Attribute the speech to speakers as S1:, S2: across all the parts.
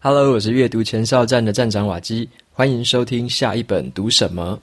S1: Hello， 我是阅读前哨站的站长瓦基，欢迎收听下一本读什么。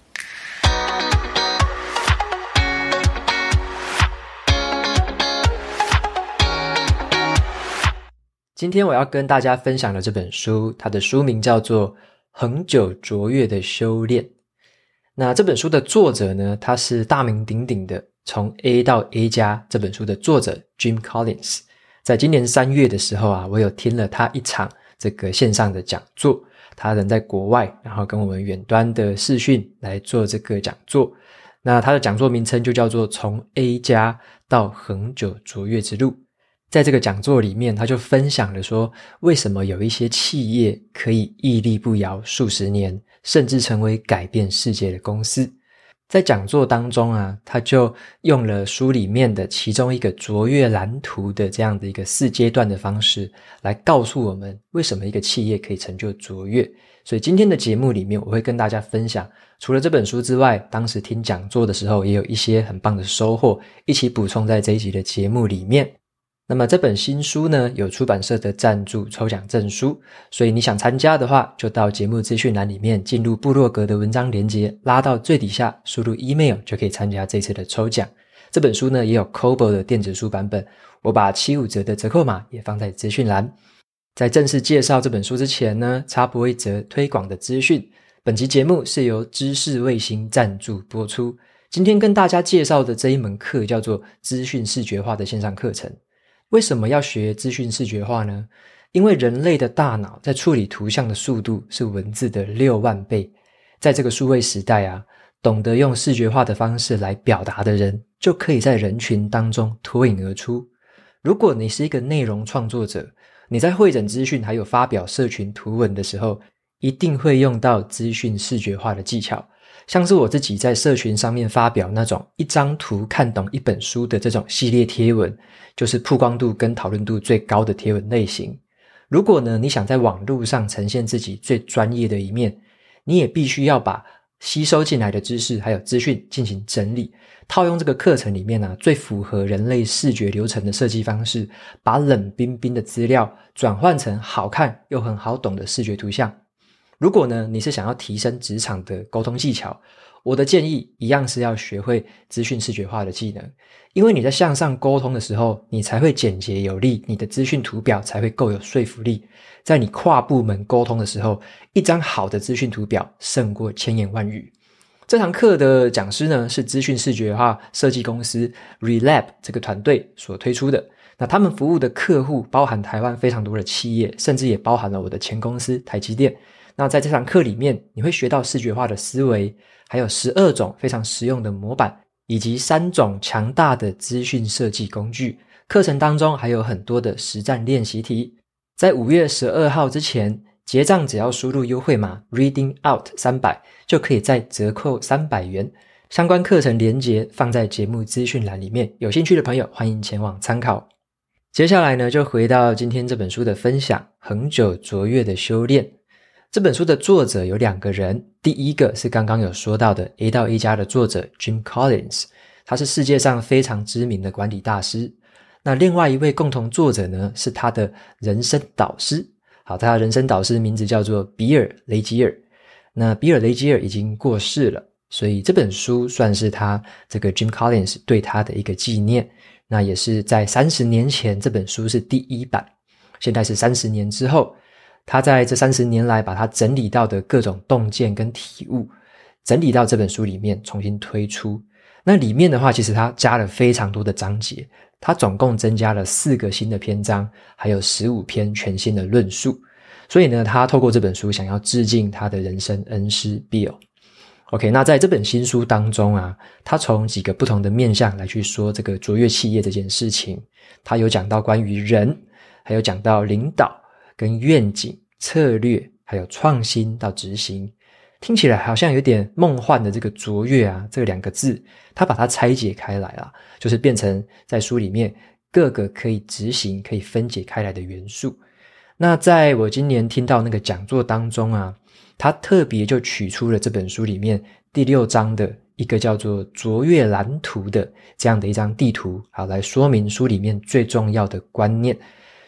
S1: 今天我要跟大家分享的这本书，它的书名叫做《恒久卓越的修炼》。那这本书的作者呢，他是大名鼎鼎的从 A 到 A 加这本书的作者 Jim Collins。在今年3月的时候啊，我有听了他一场这个线上的讲座，他人在国外，然后跟我们远端的视讯来做这个讲座。那他的讲座名称就叫做从 A 加到恒久卓越之路。在这个讲座里面，他就分享了说，为什么有一些企业可以屹立不摇数十年，甚至成为改变世界的公司。在讲座当中啊，他就用了书里面的其中一个卓越蓝图的这样的一个4阶段的方式，来告诉我们为什么一个企业可以成就卓越。所以今天的节目里面，我会跟大家分享，除了这本书之外，当时听讲座的时候也有一些很棒的收获，一起补充在这一集的节目里面。那么这本新书呢，有出版社的赞助抽奖证书，所以你想参加的话，就到节目资讯栏里面进入部落格的文章连结，拉到最底下输入 email 就可以参加这次的抽奖。这本书呢也有 Kobo 的电子书版本，我把75折的折扣码也放在资讯栏。在正式介绍这本书之前呢，插播一则推广的资讯。本集节目是由知识卫星赞助播出。今天跟大家介绍的这一门课叫做资讯视觉化的线上课程。为什么要学资讯视觉化呢？因为人类的大脑在处理图像的速度是文字的6万倍。在这个数位时代啊，懂得用视觉化的方式来表达的人，就可以在人群当中脱颖而出。如果你是一个内容创作者，你在汇整资讯还有发表社群图文的时候，一定会用到资讯视觉化的技巧。像是我自己在社群上面发表那种一张图看懂一本书的这种系列贴文，就是曝光度跟讨论度最高的贴文类型。如果呢，你想在网络上呈现自己最专业的一面，你也必须要把吸收进来的知识还有资讯进行整理，套用这个课程里面啊最符合人类视觉流程的设计方式，把冷冰冰的资料转换成好看又很好懂的视觉图像。如果呢，你是想要提升职场的沟通技巧，我的建议一样是要学会资讯视觉化的技能。因为你在向上沟通的时候，你才会简洁有力，你的资讯图表才会够有说服力。在你跨部门沟通的时候，一张好的资讯图表胜过千言万语。这堂课的讲师呢，是资讯视觉化设计公司 Relab 这个团队所推出的。那他们服务的客户包含台湾非常多的企业，甚至也包含了我的前公司台积电。那在这堂课里面，你会学到视觉化的思维，还有12种非常实用的模板，以及3种强大的资讯设计工具。课程当中还有很多的实战练习题。在5月12号之前结账，只要输入优惠码 Reading Out 300，就可以再折扣300元。相关课程连结放在节目资讯栏里面，有兴趣的朋友欢迎前往参考。接下来呢，就回到今天这本书的分享，恒久卓越的修炼。这本书的作者有2个人，第一个是刚刚有说到的 A 到 A 加的作者 Jim Collins， 他是世界上非常知名的管理大师。那另外一位共同作者呢，是他的人生导师。好，他的人生导师名字叫做比尔·雷吉尔。那比尔·雷吉尔已经过世了，所以这本书算是他这个 Jim Collins 对他的一个纪念。那也是在30年前，这本书是第1版，现在是30年之后，他在这30年来把他整理到的各种洞见跟体悟，整理到这本书里面重新推出。那里面的话，其实他加了非常多的章节，他总共增加了4个新的篇章，还有15篇全新的论述。所以呢，他透过这本书想要致敬他的人生恩师 Bill。OK， 那在这本新书当中啊，他从几个不同的面向来去说这个卓越企业这件事情。他有讲到关于人，还有讲到领导跟愿景、策略，还有创新到执行。听起来好像有点梦幻的这个卓越啊，这2个字，他把它拆解开来啦，就是变成在书里面各个可以执行、可以分解开来的元素。那在我今年听到那个讲座当中啊，他特别就取出了这本书里面第6章的一个叫做卓越蓝图的这样的一张地图，好来说明书里面最重要的观念。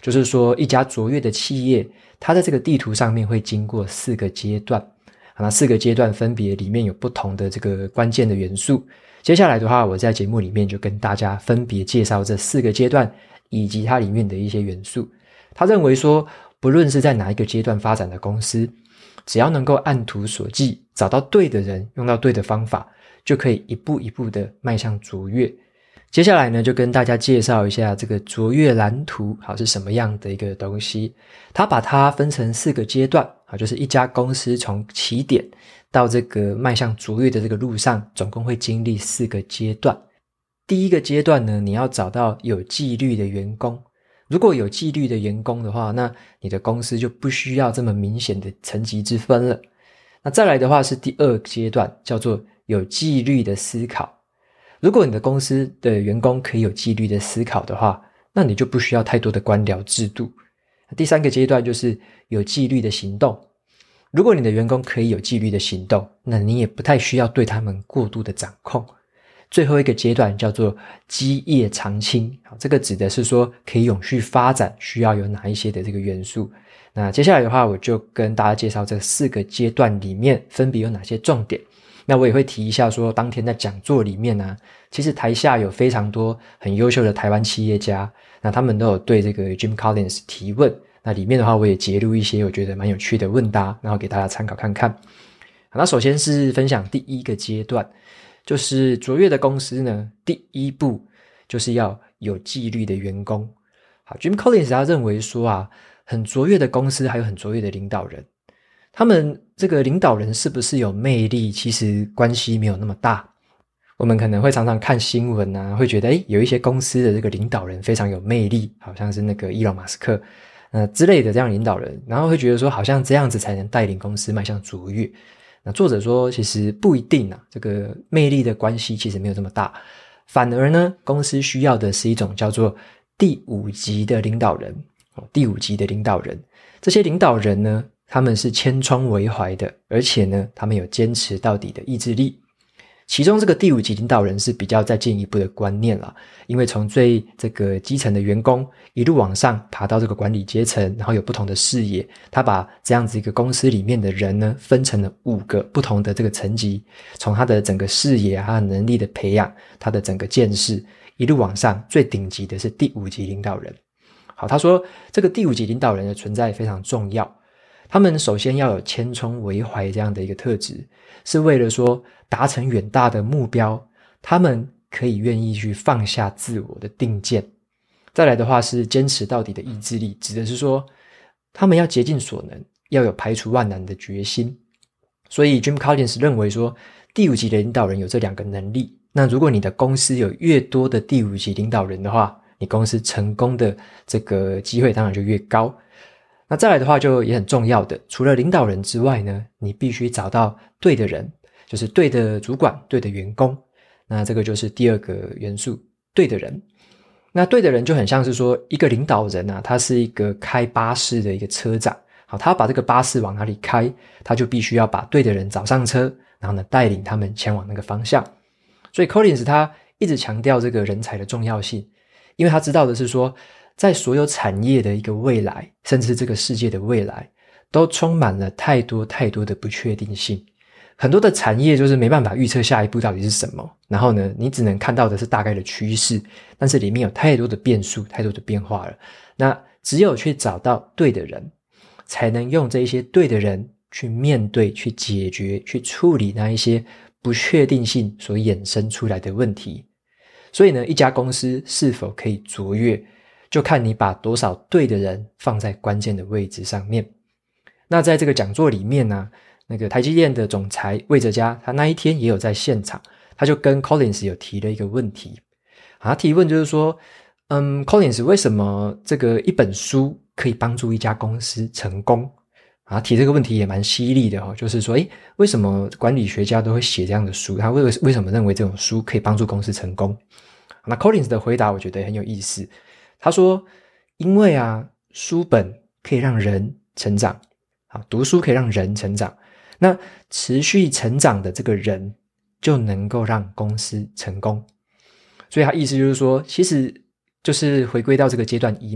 S1: 就是说一家卓越的企业，它在这个地图上面会经过4个阶段，那4个阶段分别里面有不同的这个关键的元素。接下来的话，我在节目里面就跟大家分别介绍这4个阶段以及它里面的一些元素。他认为说，不论是在哪一个阶段发展的公司，只要能够按图索骥，找到对的人，用到对的方法，就可以一步一步的迈向卓越。接下来呢，就跟大家介绍一下这个卓越蓝图是什么样的一个东西。他把它分成4个阶段，就是一家公司从起点到这个迈向卓越的这个路上，总共会经历4个阶段。第一个阶段呢，你要找到有纪律的员工。如果有纪律的员工的话，那你的公司就不需要这么明显的层级之分了。那再来的话是第2阶段，叫做有纪律的思考。如果你的公司的员工可以有纪律的思考的话，那你就不需要太多的官僚制度。第3个阶段就是有纪律的行动。如果你的员工可以有纪律的行动，那你也不太需要对他们过度的掌控。最后一个阶段叫做基业长青，这个指的是说可以永续发展需要有哪一些的这个元素。那接下来的话，我就跟大家介绍这4个阶段里面分别有哪些重点。那我也会提一下说，当天在讲座里面呢，其实台下有非常多很优秀的台湾企业家，那他们都有对这个 Jim Collins 提问。那里面的话，我也截录一些我觉得蛮有趣的问答，然后给大家参考看看。好，那首先是分享第1个阶段，就是卓越的公司呢，第1步就是要有纪律的员工。好 ，Jim Collins 他认为说很卓越的公司还有很卓越的领导人。他们这个领导人是不是有魅力，其实关系没有那么大。我们可能会常常看新闻会觉得有一些公司的这个领导人非常有魅力，好像是那个伊隆马斯克之类的这样领导人，然后会觉得说好像这样子才能带领公司迈向卓越。那作者说其实不一定这个魅力的关系其实没有这么大，反而呢，公司需要的是一种叫做第5级的领导人。第5级的领导人，这些领导人呢，他们是千疮为怀的，而且呢，他们有坚持到底的意志力。其中这个第5级领导人是比较再进一步的观念啦，因为从最这个基层的员工一路往上爬到这个管理阶层，然后有不同的视野，他把这样子一个公司里面的人呢，分成了5个不同的这个层级，从他的整个视野他的能力的培养，他的整个见识一路往上，最顶级的是第5级领导人。好，他说这个第5级领导人的存在非常重要，他们首先要有千疮为怀这样的一个特质，是为了说达成远大的目标，他们可以愿意去放下自我的定见。再来的话是坚持到底的意志力，指的是说他们要竭尽所能，要有排除万难的决心。所以 Jim Collins 认为说第5级的领导人有这2个能力，那如果你的公司有越多的第5级领导人的话，你公司成功的这个机会当然就越高。那再来的话就也很重要的，除了领导人之外呢，你必须找到对的人，就是对的主管，对的员工。那这个就是第2个元素，对的人。那对的人就很像是说一个领导人他是一个开巴士的一个车长。好，他把这个巴士往哪里开，他就必须要把对的人找上车，然后呢带领他们前往那个方向。所以 Collins 他一直强调这个人才的重要性，因为他知道的是说，在所有产业的一个未来，甚至这个世界的未来，都充满了太多太多的不确定性。很多的产业就是没办法预测下一步到底是什么，然后呢，你只能看到的是大概的趋势，但是里面有太多的变数，太多的变化了。那只有去找到对的人，才能用这一些对的人去面对、去解决、去处理那一些不确定性所衍生出来的问题。所以呢，一家公司是否可以卓越，就看你把多少对的人放在关键的位置上面。那在这个讲座里面呢，那个台积电的总裁魏哲家，他那一天也有在现场，他就跟 Collins 有提了一个问题。他提问就是说，Collins 为什么这个一本书可以帮助一家公司成功？提这个问题也蛮犀利的就是说为什么管理学家都会写这样的书，他为什么认为这种书可以帮助公司成功？那 Collins 的回答我觉得很有意思，他说因为书本可以让人成长，读书可以让人成长，那持续成长的这个人就能够让公司成功。所以他意思就是说，其实就是回归到这个阶段1嘛，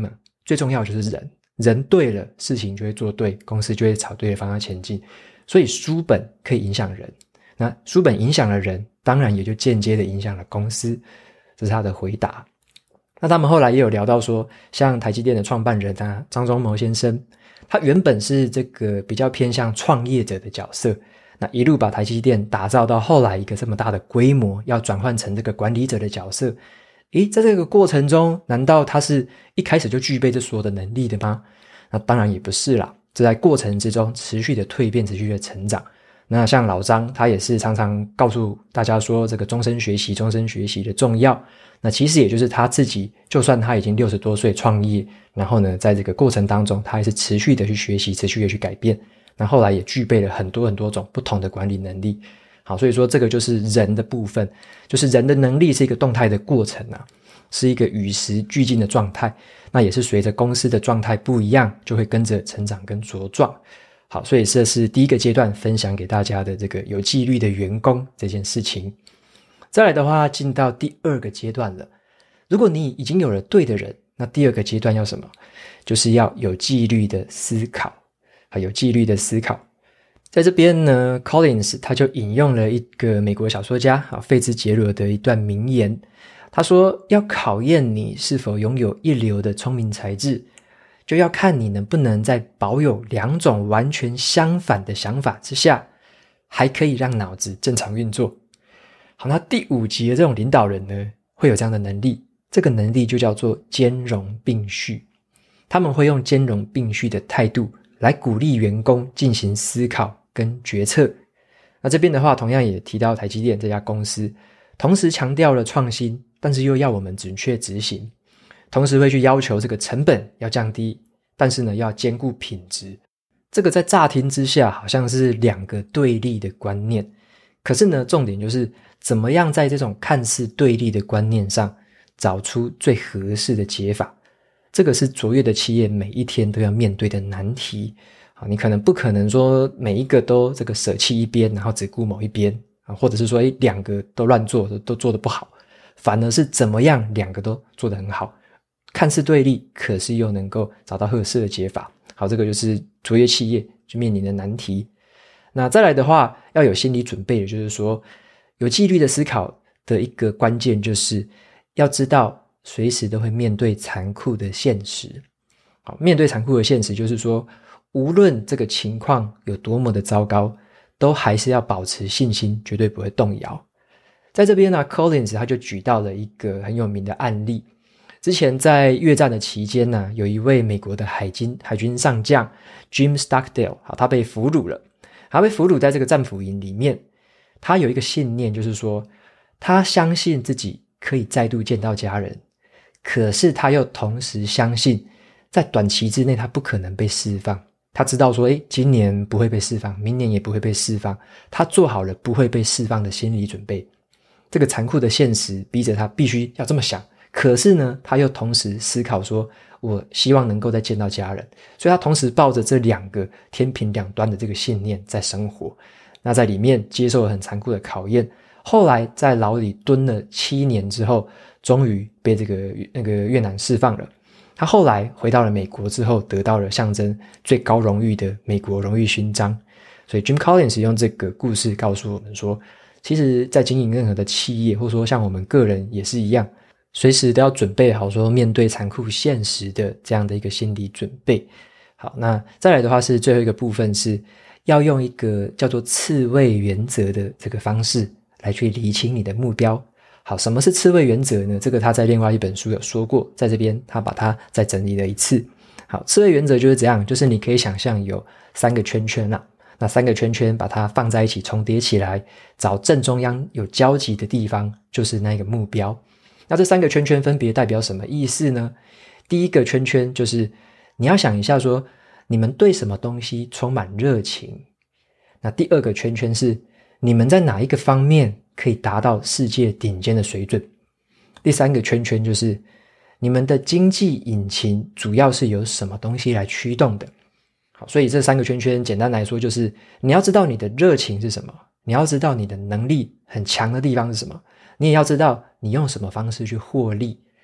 S1: 最重要的就是人，人对了，事情就会做对，公司就会朝对的方向前进。所以书本可以影响人，那书本影响了人，当然也就间接的影响了公司。这是他的回答。那他们后来也有聊到说，像台积电的创办人张忠谋先生，他原本是这个比较偏向创业者的角色，那一路把台积电打造到后来一个这么大的规模，要转换成这个管理者的角色。在这个过程中，难道他是一开始就具备这所有的能力的吗？那当然也不是啦，这在过程之中持续的蜕变，持续的成长。那像老张，他也是常常告诉大家说，这个终身学习的重要。那其实也就是他自己，就算他已经60多岁创业，然后呢，在这个过程当中，他还是持续的去学习，持续的去改变。那后来也具备了很多很多种不同的管理能力。好，所以说这个就是人的部分，就是人的能力是一个动态的过程啊，是一个与时俱进的状态。那也是随着公司的状态不一样，就会跟着成长跟茁壮。好，所以这是第一个阶段分享给大家的这个有纪律的员工这件事情。再来的话，进到第二个阶段了。如果你已经有了对的人，那第二个阶段要什么？就是要有纪律的思考。有纪律的思考。在这边呢 Collins 他就引用了一个美国小说家费兹杰罗的一段名言。他说，要考验你是否拥有一流的聪明才智，就要看你能不能在保有2种完全相反的想法之下，还可以让脑子正常运作。好，那第5级的这种领导人呢，会有这样的能力，这个能力就叫做兼容并蓄。他们会用兼容并蓄的态度来鼓励员工进行思考跟决策。那这边的话，同样也提到台积电这家公司，同时强调了创新，但是又要我们准确执行，同时会去要求这个成本要降低，但是呢要兼顾品质。这个在乍听之下好像是2个对立的观念，可是呢重点就是怎么样在这种看似对立的观念上找出最合适的解法。这个是卓越的企业每一天都要面对的难题。你可能不可能说每一个都这个舍弃一边，然后只顾某一边，或者是说2个都乱做，都做得不好，反而是怎么样2个都做得很好，看似对立，可是又能够找到合适的解法。好，这个就是卓越企业就面临的难题。那再来的话，要有心理准备的，就是说有纪律的思考的一个关键，就是要知道随时都会面对残酷的现实。好，面对残酷的现实就是说，无论这个情况有多么的糟糕，都还是要保持信心，绝对不会动摇。在这边呢 Collins 他就举到了一个很有名的案例。之前在越战的期间呢，有一位美国的海军上将 Jim Stockdale， 他被俘虏了。他被俘虏在这个战俘营里面，他有一个信念，就是说他相信自己可以再度见到家人，可是他又同时相信在短期之内他不可能被释放。他知道说今年不会被释放，明年也不会被释放，他做好了不会被释放的心理准备。这个残酷的现实逼着他必须要这么想，可是呢他又同时思考说我希望能够再见到家人，所以他同时抱着这2个天平两端的这个信念在生活。那在里面接受了很残酷的考验，后来在牢里蹲了7年之后，终于被这个越南释放了。他后来回到了美国之后，得到了象征最高荣誉的美国荣誉勋章。所以 Jim Collins 用这个故事告诉我们说，其实在经营任何的企业，或者说像我们个人也是一样，随时都要准备好说面对残酷现实的这样的一个心理准备。好，那再来的话是最后一个部分，是要用一个叫做刺猬原则的这个方式来去厘清你的目标。好，什么是刺猬原则呢？这个他在另外一本书有说过，在这边他把它再整理了一次。好，刺猬原则就是这样，就是你可以想象有3个圈圈啦，那3个圈圈把它放在一起重叠起来，找正中央有交集的地方就是那个目标。那这3个圈圈分别代表什么意思呢？第一个圈圈就是你要想一下说你们对什么东西充满热情。那第2个圈圈是你们在哪一个方面可以达到世界顶尖的水准。第3个圈圈就是你们的经济引擎主要是由什么东西来驱动的。好，所以这3个圈圈简单来说就是你要知道你的热情是什么，你要知道你的能力很强的地方是什么，你也要知道你用什么方式去获利。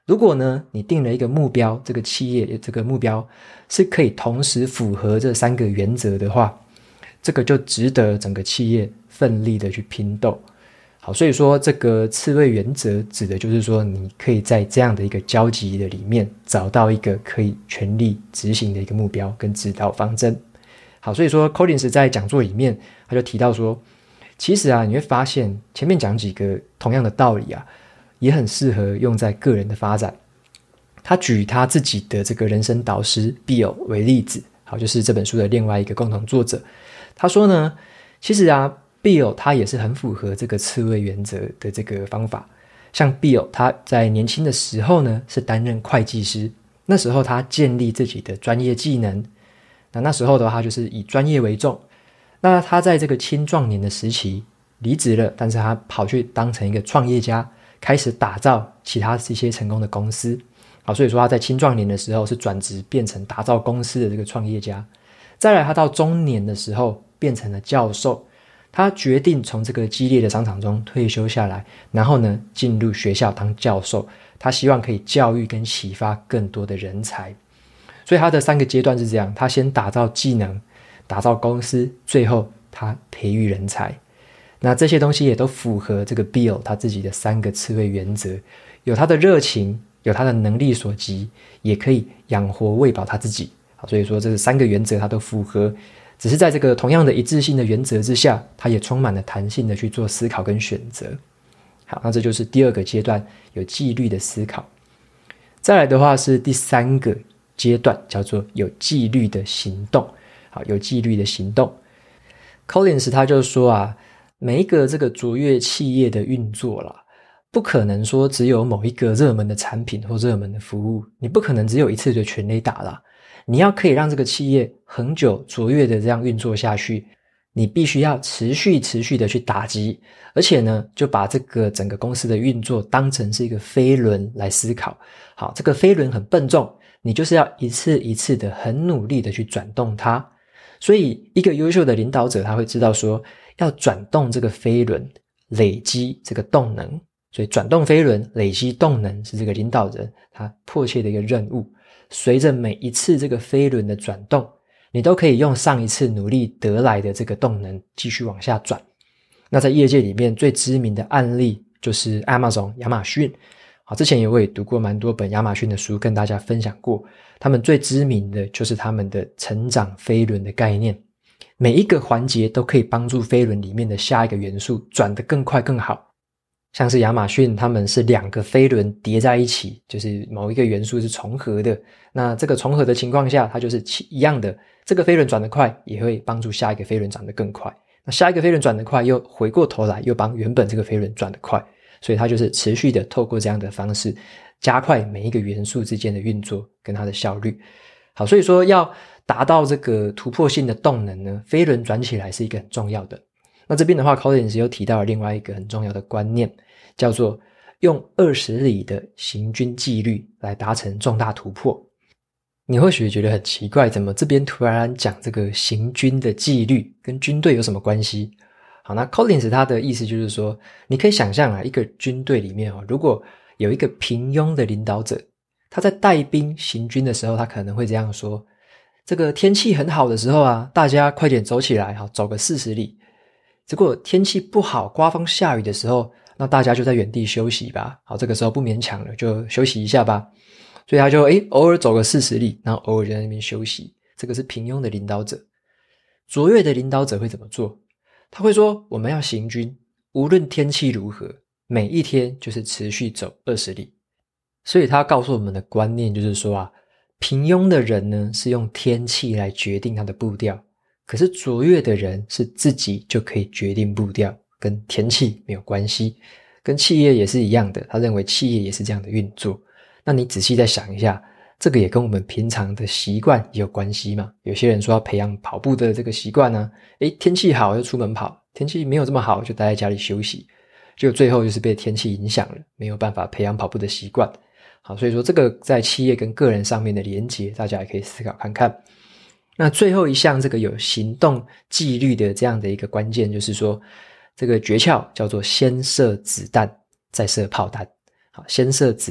S1: 如果呢你定了一个目标，这个企业这个目标是可以同时符合这3个原则的话，这个就值得整个企业奋力的去拼斗。好，所以说这个刺猬原则指的就是说，你可以在这样的一个交集的里面找到一个可以全力执行的一个目标跟指导方针。好，所以说 Collins 在讲座里面他就提到说，其实啊你会发现前面讲几个同样的道理啊，也很适合用在个人的发展。他举他自己的这个人生导师 Bill 为例子，好，就是这本书的另外一个共同作者。他说呢，其实啊Bill 他也是很符合这个刺猬原则的这个方法。像 Bill 他在年轻的时候呢是担任会计师，那时候他建立自己的专业技能，那时候的话他就是以专业为重。那他在这个青壮年的时期离职了，但是他跑去当成一个创业家，开始打造其他一些成功的公司。好，所以说他在青壮年的时候是转职变成打造公司的这个创业家。再来他到中年的时候变成了教授，他决定从这个激烈的商场中退休下来，然后呢进入学校当教授。他希望可以教育跟启发更多的人才。所以他的3个阶段是这样，他先打造技能，打造公司，最后他培育人才。那这些东西也都符合这个 Bill 他自己的3个刺猬原则，有他的热情，有他的能力所及，也可以养活喂饱他自己。好，所以说这3个原则他都符合，只是在这个同样的一致性的原则之下，他也充满了弹性的去做思考跟选择。好，那这就是第2个阶段，有纪律的思考。再来的话是第3个阶段，叫做有纪律的行动。好，有纪律的行动。Collins 他就说啊，每一个这个卓越企业的运作啦，不可能说只有某一个热门的产品或热门的服务，你不可能只有一次就全垒打啦。你要可以让这个企业恒久卓越的这样运作下去，你必须要持续的去打击，而且呢就把这个整个公司的运作当成是一个飞轮来思考。好，这个飞轮很笨重，你就是要一次一次的很努力的去转动它。所以一个优秀的领导者他会知道说，要转动这个飞轮，累积这个动能。所以转动飞轮，累积动能是这个领导人他迫切的一个任务。随着每一次这个飞轮的转动，你都可以用上一次努力得来的这个动能继续往下转。那在业界里面最知名的案例就是 Amazon 亚马逊。好，之前我也读过蛮多本亚马逊的书，跟大家分享过，他们最知名的就是他们的成长飞轮的概念，每一个环节都可以帮助飞轮里面的下一个元素转得更快更好。像是亚马逊他们是2个飞轮叠在一起，就是某一个元素是重合的，那这个重合的情况下，它就是一样的，这个飞轮转得快也会帮助下一个飞轮转得更快，那下一个飞轮转得快又回过头来又帮原本这个飞轮转得快，所以它就是持续的透过这样的方式加快每一个元素之间的运作跟它的效率。好，所以说要达到这个突破性的动能呢，飞轮转起来是一个很重要的。那这边的话 Collins 又提到了另外一个很重要的观念，叫做用20里的行军纪律来达成重大突破。你或许觉得很奇怪，怎么这边突然讲这个行军的纪律跟军队有什么关系？好，那 Collins 他的意思就是说，你可以想象啊，一个军队里面如果有一个平庸的领导者，他在带兵行军的时候，他可能会这样说，这个天气很好的时候啊，大家快点走起来，好，走个40里。结果天气不好，刮风下雨的时候，那大家就在原地休息吧。好，这个时候不勉强了，就休息一下吧。所以他就偶尔走个40里，然后偶尔就在那边休息。这个是平庸的领导者。卓越的领导者会怎么做？他会说，我们要行军，无论天气如何，每一天就是持续走20里。所以他告诉我们的观念就是说啊，平庸的人呢是用天气来决定他的步调，可是卓越的人是自己就可以决定步调，跟天气没有关系。跟企业也是一样的，他认为企业也是这样的运作。那你仔细再想一下，这个也跟我们平常的习惯也有关系嘛。有些人说要培养跑步的这个习惯呢，天气好就出门跑，天气没有这么好就待在家里休息，就最后就是被天气影响了，没有办法培养跑步的习惯。好，所以说这个在企业跟个人上面的连结，大家也可以思考看看。那最后一项这个有行动纪律的这样的一个关键，就是说这个诀窍叫做先射子弹再射炮弹。好，先射子弹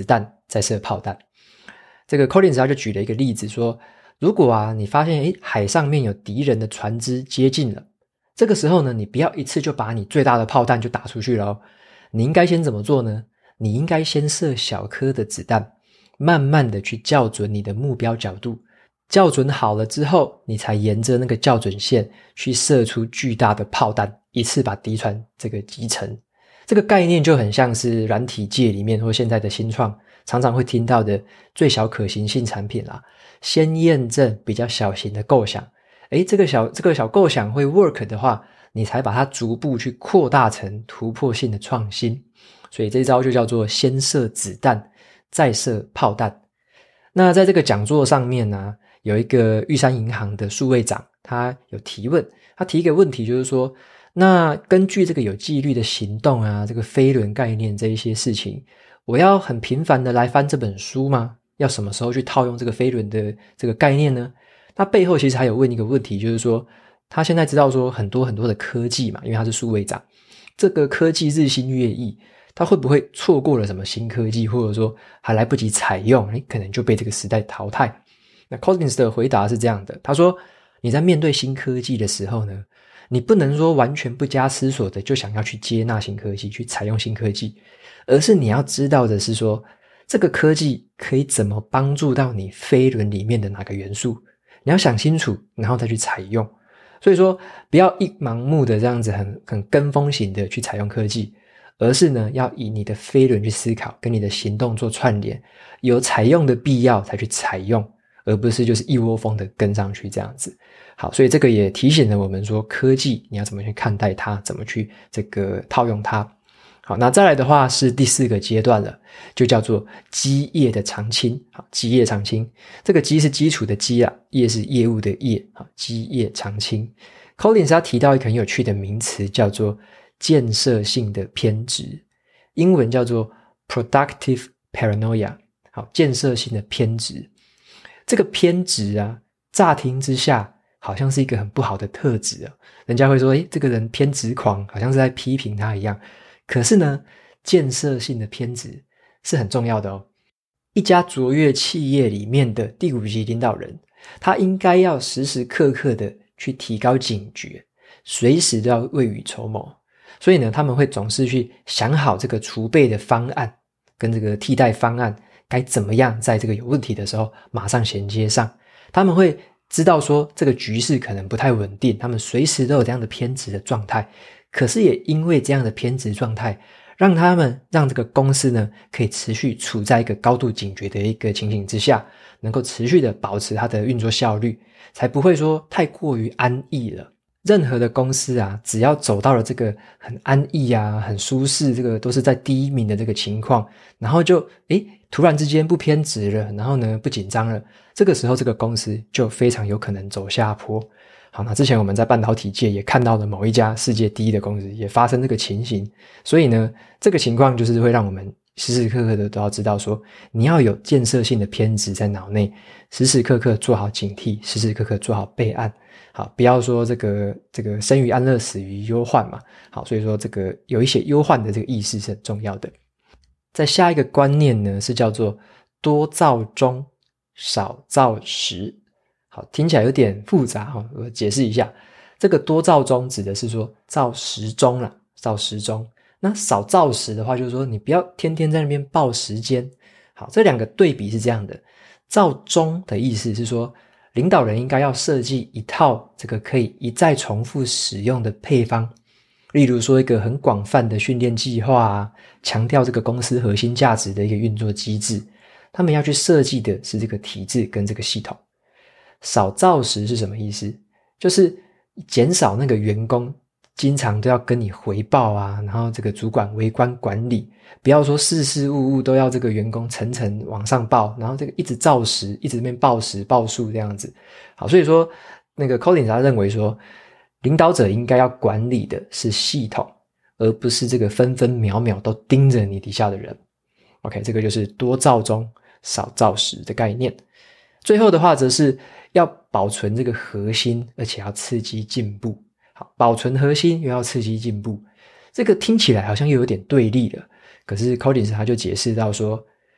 S1: 再射炮弹。这个 Collins 他就举了一个例子说，如果你发现海上面有敌人的船只接近了，这个时候呢，你不要一次就把你最大的炮弹就打出去了你应该先怎么做呢？你应该先射小颗的子弹，慢慢的去校准你的目标角度，校准好了之后，你才沿着那个校准线去射出巨大的炮弹，一次把敌船这个击沉。这个概念就很像是软体界里面或现在的新创常常会听到的最小可行性产品啦，先验证比较小型的构想，这个小构想会 work 的话，你才把它逐步去扩大成突破性的创新。所以这一招就叫做先射子弹，再射炮弹。那在这个讲座上面呢，有一个玉山银行的数位长，他有提问，他提一个问题就是说，那根据这个有纪律的行动这个飞轮概念这一些事情，我要很频繁的来翻这本书吗？要什么时候去套用这个飞轮的这个概念呢？他背后其实还有问一个问题，就是说他现在知道说很多的科技嘛，因为他是数位长，这个科技日新月异，他会不会错过了什么新科技，或者说还来不及采用，可能就被这个时代淘汰。那 Collins 的回答是这样的，他说你在面对新科技的时候呢，你不能说完全不加思索的就想要去接纳新科技，去采用新科技，而是你要知道的是说，这个科技可以怎么帮助到你飞轮里面的哪个元素，你要想清楚，然后再去采用。所以说不要一盲目的这样子很跟风型的去采用科技，而是呢要以你的飞轮去思考，跟你的行动做串联，有采用的必要才去采用，而不是就是一窝蜂的跟上去这样子。好，所以这个也提醒了我们说，科技你要怎么去看待它，怎么去这个套用它。好，那再来的话是第4个阶段了，就叫做基业的长青。好，基业长青，这个基是基础的基业是业务的业。好，基业长青。Collins 他提到一个很有趣的名词，叫做建设性的偏执，英文叫做 productive paranoia。好，建设性的偏执。这个偏执乍听之下好像是一个很不好的特质人家会说这个人偏执狂，好像是在批评他一样。可是呢，建设性的偏执是很重要的一家卓越企业里面的第5级领导人，他应该要时时刻刻的去提高警觉，随时都要未雨绸缪。所以呢，他们会总是去想好这个储备的方案跟这个替代方案该怎么样在这个有问题的时候马上衔接上。他们会知道说这个局势可能不太稳定，他们随时都有这样的偏执的状态。可是也因为这样的偏执状态，让这个公司呢可以持续处在一个高度警觉的一个情形之下，能够持续的保持它的运作效率，才不会说太过于安逸了。任何的公司只要走到了这个很安逸很舒适，这个都是在第一名的这个情况，然后就突然之间不偏执了，然后呢不紧张了，这个时候这个公司就非常有可能走下坡。好，那之前我们在半导体界也看到了某一家世界第一的公司也发生这个情形，所以呢这个情况就是会让我们时时刻刻的都要知道说，你要有建设性的偏执在脑内，时时刻刻做好警惕，时时刻刻做好备案。好，不要说这个生于安乐死于忧患嘛。好，所以说这个有一些忧患的这个意识是很重要的。在下一个观念呢是叫做多造中少造时。好，听起来有点复杂我解释一下。这个多造中指的是说造时钟啦，造时钟。那少造时的话就是说你不要天天在那边报时间。好，这两个对比是这样的。造钟的意思是说领导人应该要设计一套这个可以一再重复使用的配方，例如说一个很广泛的训练计划强调这个公司核心价值的一个运作机制，他们要去设计的是这个体制跟这个系统。少造时是什么意思？就是减少那个员工经常都要跟你回报然后这个主管微观管理，不要说事事物物都要这个员工层层往上报，然后这个一直造时，一直面报时报数这样子。好，所以说那个 Collins 他认为说，领导者应该要管理的是系统，而不是这个分分秒秒都盯着你底下的人。OK， 这个就是多造中少造时的概念。最后的话则是要保存这个核心，而且要刺激进步。好，保存核心又要刺激进步，这个听起来好像又有点对立了。可是 Collins 他就解释到说，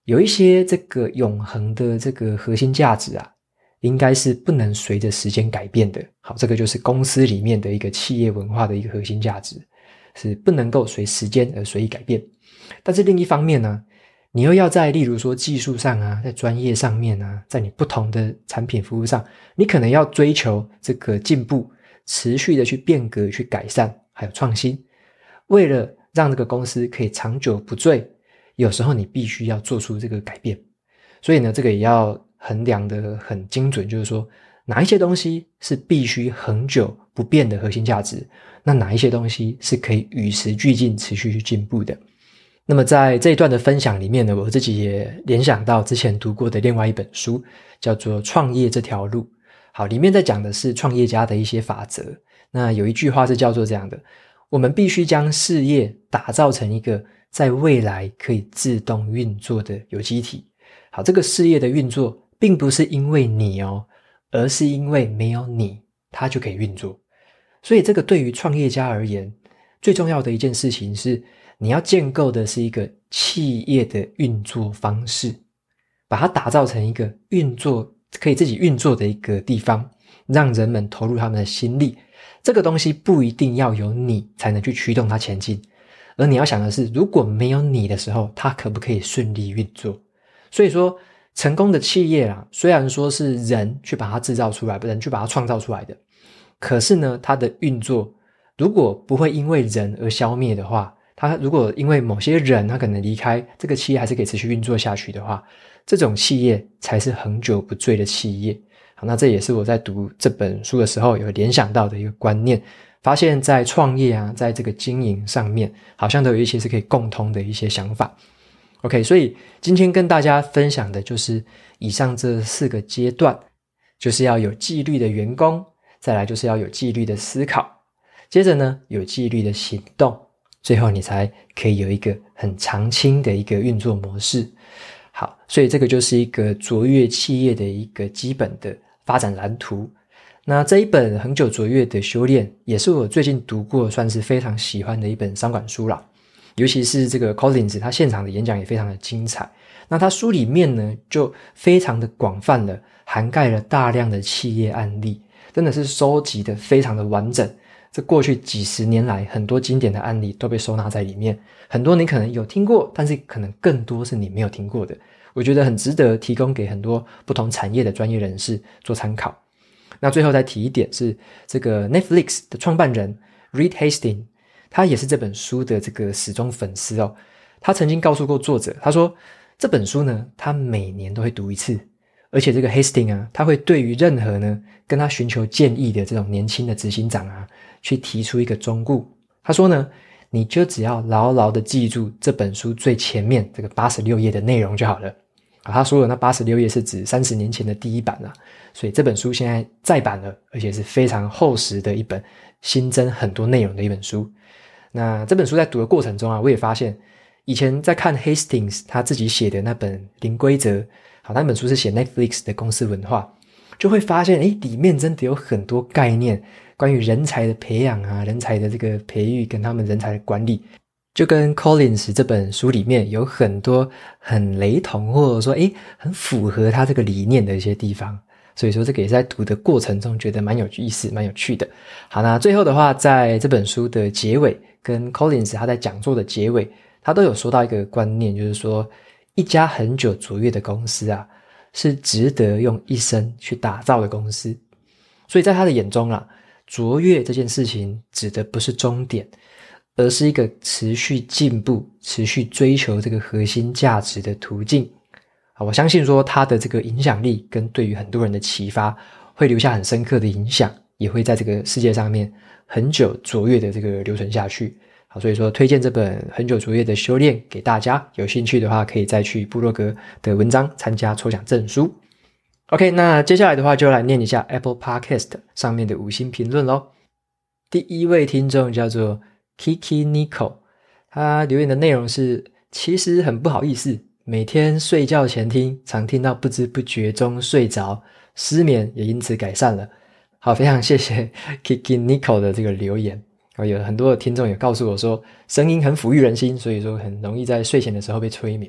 S1: 有一些这个永恒的这个核心价值啊，应该是不能随着时间改变的。好，这个就是公司里面的一个企业文化的一个核心价值，是不能够随时间而随意改变。但是另一方面呢，你又要在例如说技术上啊，在专业上面啊，在你不同的产品服务上，你可能要追求这个进步，持续的去变革、去改善，还有创新。为了让这个公司可以长久不坠，有时候你必须要做出这个改变。所以呢，这个也要衡量的很精准，就是说哪一些东西是必须恒久不变的核心价值，那哪一些东西是可以与时俱进持续去进步的。那么在这一段的分享里面呢，我自己也联想到之前读过的另外一本书，叫做《创业这条路》。好，里面在讲的是创业家的一些法则。那有一句话是叫做这样的：我们必须将事业打造成一个在未来可以自动运作的有机体。好，这个事业的运作并不是因为你而是因为没有你，它就可以运作。所以这个对于创业家而言，最重要的一件事情是，你要建构的是一个企业的运作方式，把它打造成一个可以自己运作的一个地方，让人们投入他们的心力。这个东西不一定要有你才能去驱动它前进，而你要想的是，如果没有你的时候，它可不可以顺利运作？所以说，成功的企业啦，虽然说是人去把它制造出来，人去把它创造出来的，可是呢，它的运作如果不会因为人而消灭的话，它如果因为某些人他可能离开，这个企业还是可以持续运作下去的话，这种企业才是恒久不坠的企业。好，那这也是我在读这本书的时候有联想到的一个观念，发现在创业啊，在这个经营上面，好像都有一些是可以共通的一些想法。OK， 所以今天跟大家分享的就是以上这4个阶段，就是要有纪律的员工，再来就是要有纪律的思考，接着呢有纪律的行动，最后你才可以有一个很长青的一个运作模式。好，所以这个就是一个卓越企业的一个基本的发展蓝图。那这一本恒久卓越的修炼，也是我最近读过算是非常喜欢的一本商管书啦。尤其是这个 Collins 他现场的演讲也非常的精彩。那他书里面呢就非常的广泛了，涵盖了大量的企业案例，真的是收集的非常的完整。这过去几十年来很多经典的案例都被收纳在里面，很多你可能有听过，但是可能更多是你没有听过的，我觉得很值得提供给很多不同产业的专业人士做参考。那最后再提一点是这个 Netflix 的创办人 Reed Hastings， 他也是这本书的这个死忠粉丝哦。他曾经告诉过作者，他说这本书呢他每年都会读一次，而且这个 Hastings 啊，他会对于任何呢跟他寻求建议的这种年轻的执行长啊，去提出一个忠告。他说呢，你就只要牢牢的记住这本书最前面这个86页的内容就好了。他说的那86页是指30年前的第一版啦，所以这本书现在再版了，而且是非常厚实的一本，新增很多内容的一本书。那这本书在读的过程中啊，我也发现以前在看 Hastings 他自己写的那本零规则，好，那本书是写 Netflix 的公司文化，就会发现里面真的有很多概念，关于人才的培养啊，人才的这个培育跟他们人才的管理，就跟 Collins 这本书里面有很多很雷同，或者说很符合他这个理念的一些地方。所以说这个也是在读的过程中觉得蛮有意思蛮有趣的。好，那最后的话，在这本书的结尾跟 Collins 他在讲座的结尾，他都有说到一个观念，就是说一家恒久卓越的公司啊，是值得用一生去打造的公司。所以在他的眼中啊，卓越这件事情指的不是终点，而是一个持续进步持续追求这个核心价值的途径。我相信说他的这个影响力跟对于很多人的启发会留下很深刻的影响，也会在这个世界上面很久卓越的这个留存下去。好，所以说推荐这本很久卓越的修炼给大家，有兴趣的话可以再去部落格的文章参加抽奖证书。OK， 那接下来的话就来念一下 Apple Podcast 上面的5星评论咯。第一位听众叫做 Kiki Nico， 他留言的内容是，其实很不好意思，每天睡觉前听，常听到不知不觉中睡着，失眠也因此改善了。好，非常谢谢 Kiki Nico 的这个留言。有很多的听众也告诉我说，声音很抚育人心，所以说很容易在睡前的时候被催眠。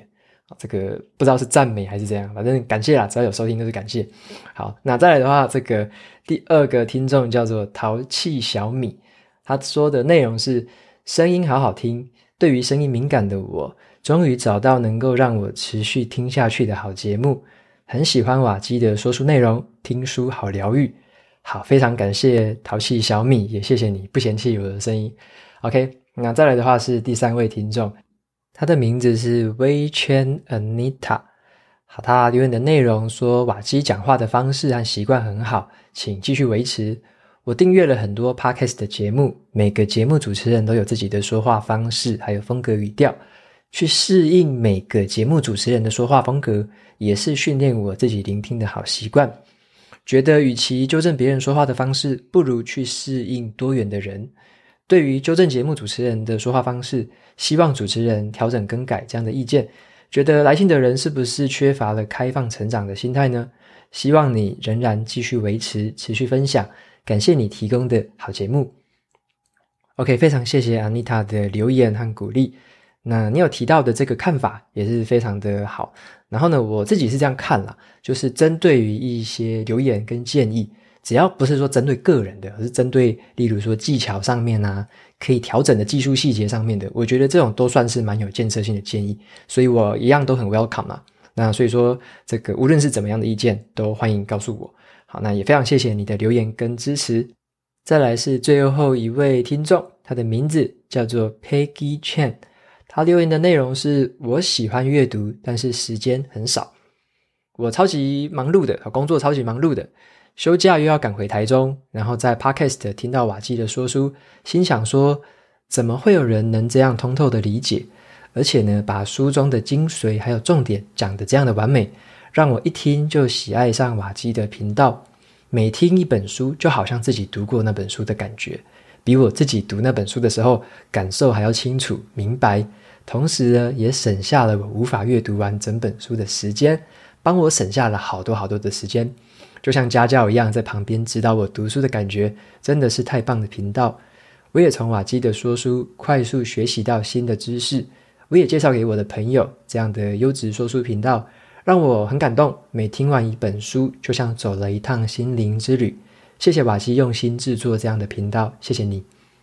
S1: 这个不知道是赞美还是怎样，反正感谢啦，只要有收听都是感谢。好，那再来的话，这个第二个听众叫做淘气小米，他说的内容是声音好好听，对于声音敏感的我终于找到能够让我持续听下去的好节目，很喜欢瓦基的说书内容，听书好疗愈。好，非常感谢淘气小米，也谢谢你不嫌弃我的声音。OK， 那再来的话是第3位听众，他的名字是 Weichen Anita。好，他留言的内容说瓦基讲话的方式和习惯很好，请继续维持。我订阅了很多 podcast 的节目，每个节目主持人都有自己的说话方式还有风格语调，去适应每个节目主持人的说话风格，也是训练我自己聆听的好习惯。觉得与其纠正别人说话的方式，不如去适应多元的人。对于纠正节目主持人的说话方式，希望主持人调整更改这样的意见，觉得来信的人是不是缺乏了开放成长的心态呢？希望你仍然继续维持，持续分享，感谢你提供的好节目。OK， 非常谢谢 Anita 的留言和鼓励。那你有提到的这个看法也是非常的好。然后呢，我自己是这样看啦，就是针对于一些留言跟建议，只要不是说针对个人的，而是针对例如说技巧上面啊，可以调整的技术细节上面的，我觉得这种都算是蛮有建设性的建议，所以我一样都很 welcome 啦。那所以说这个无论是怎么样的意见都欢迎告诉我。好，那也非常谢谢你的留言跟支持。再来是最后一位听众，他的名字叫做 Peggy Chen， 他留言的内容是我喜欢阅读，但是时间很少。我超级忙碌的，工作超级忙碌的，休假又要赶回台中，然后在 Podcast 听到瓦基的说书，心想说怎么会有人能这样通透的理解，而且呢把书中的精髓还有重点讲得这样的完美，让我一听就喜爱上瓦基的频道。每听一本书就好像自己读过那本书的感觉，比我自己读那本书的时候感受还要清楚明白，同时呢也省下了我无法阅读完整本书的时间，帮我省下了好多好多的时间，就像家教一样在旁边指导我读书的感觉，真的是太棒的频道。我也从瓦基的说书快速学习到新的知识，我也介绍给我的朋友这样的优质说书频道，让我很感动，每听完一本书就像走了一趟心灵之旅。谢谢瓦基用心制作这样的频道，谢谢你。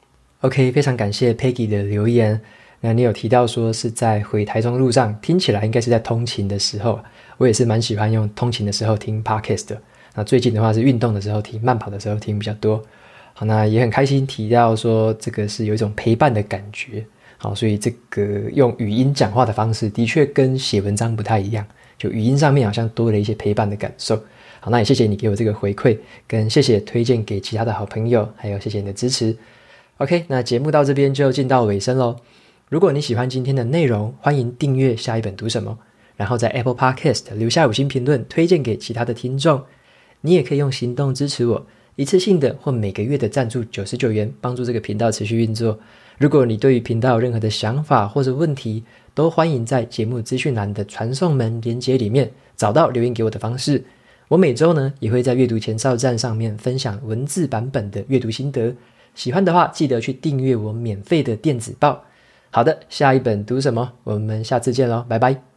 S1: OK， 非常感谢 Peggy 的留言。那你有提到说是在回台中路上，听起来应该是在通勤的时候，我也是蛮喜欢用通勤的时候听 Podcast 的。那最近的话是运动的时候听，慢跑的时候听比较多。好，那也很开心提到说这个是有一种陪伴的感觉。好，所以这个用语音讲话的方式的确跟写文章不太一样，就语音上面好像多了一些陪伴的感受。好，那也谢谢你给我这个回馈，跟谢谢推荐给其他的好朋友，还有谢谢你的支持。OK， 那节目到这边就进到尾声咯。如果你喜欢今天的内容，欢迎订阅下一本读什么，然后在 Apple Podcast 留下5星评论，推荐给其他的听众。你也可以用行动支持我，一次性的或每个月的赞助99元，帮助这个频道持续运作。如果你对于频道有任何的想法或者问题，都欢迎在节目资讯栏的传送门连结里面找到留言给我的方式。我每周呢也会在阅读前哨站上面分享文字版本的阅读心得，喜欢的话记得去订阅我免费的电子报。好的，下一本读什么？我们下次见咯，拜拜。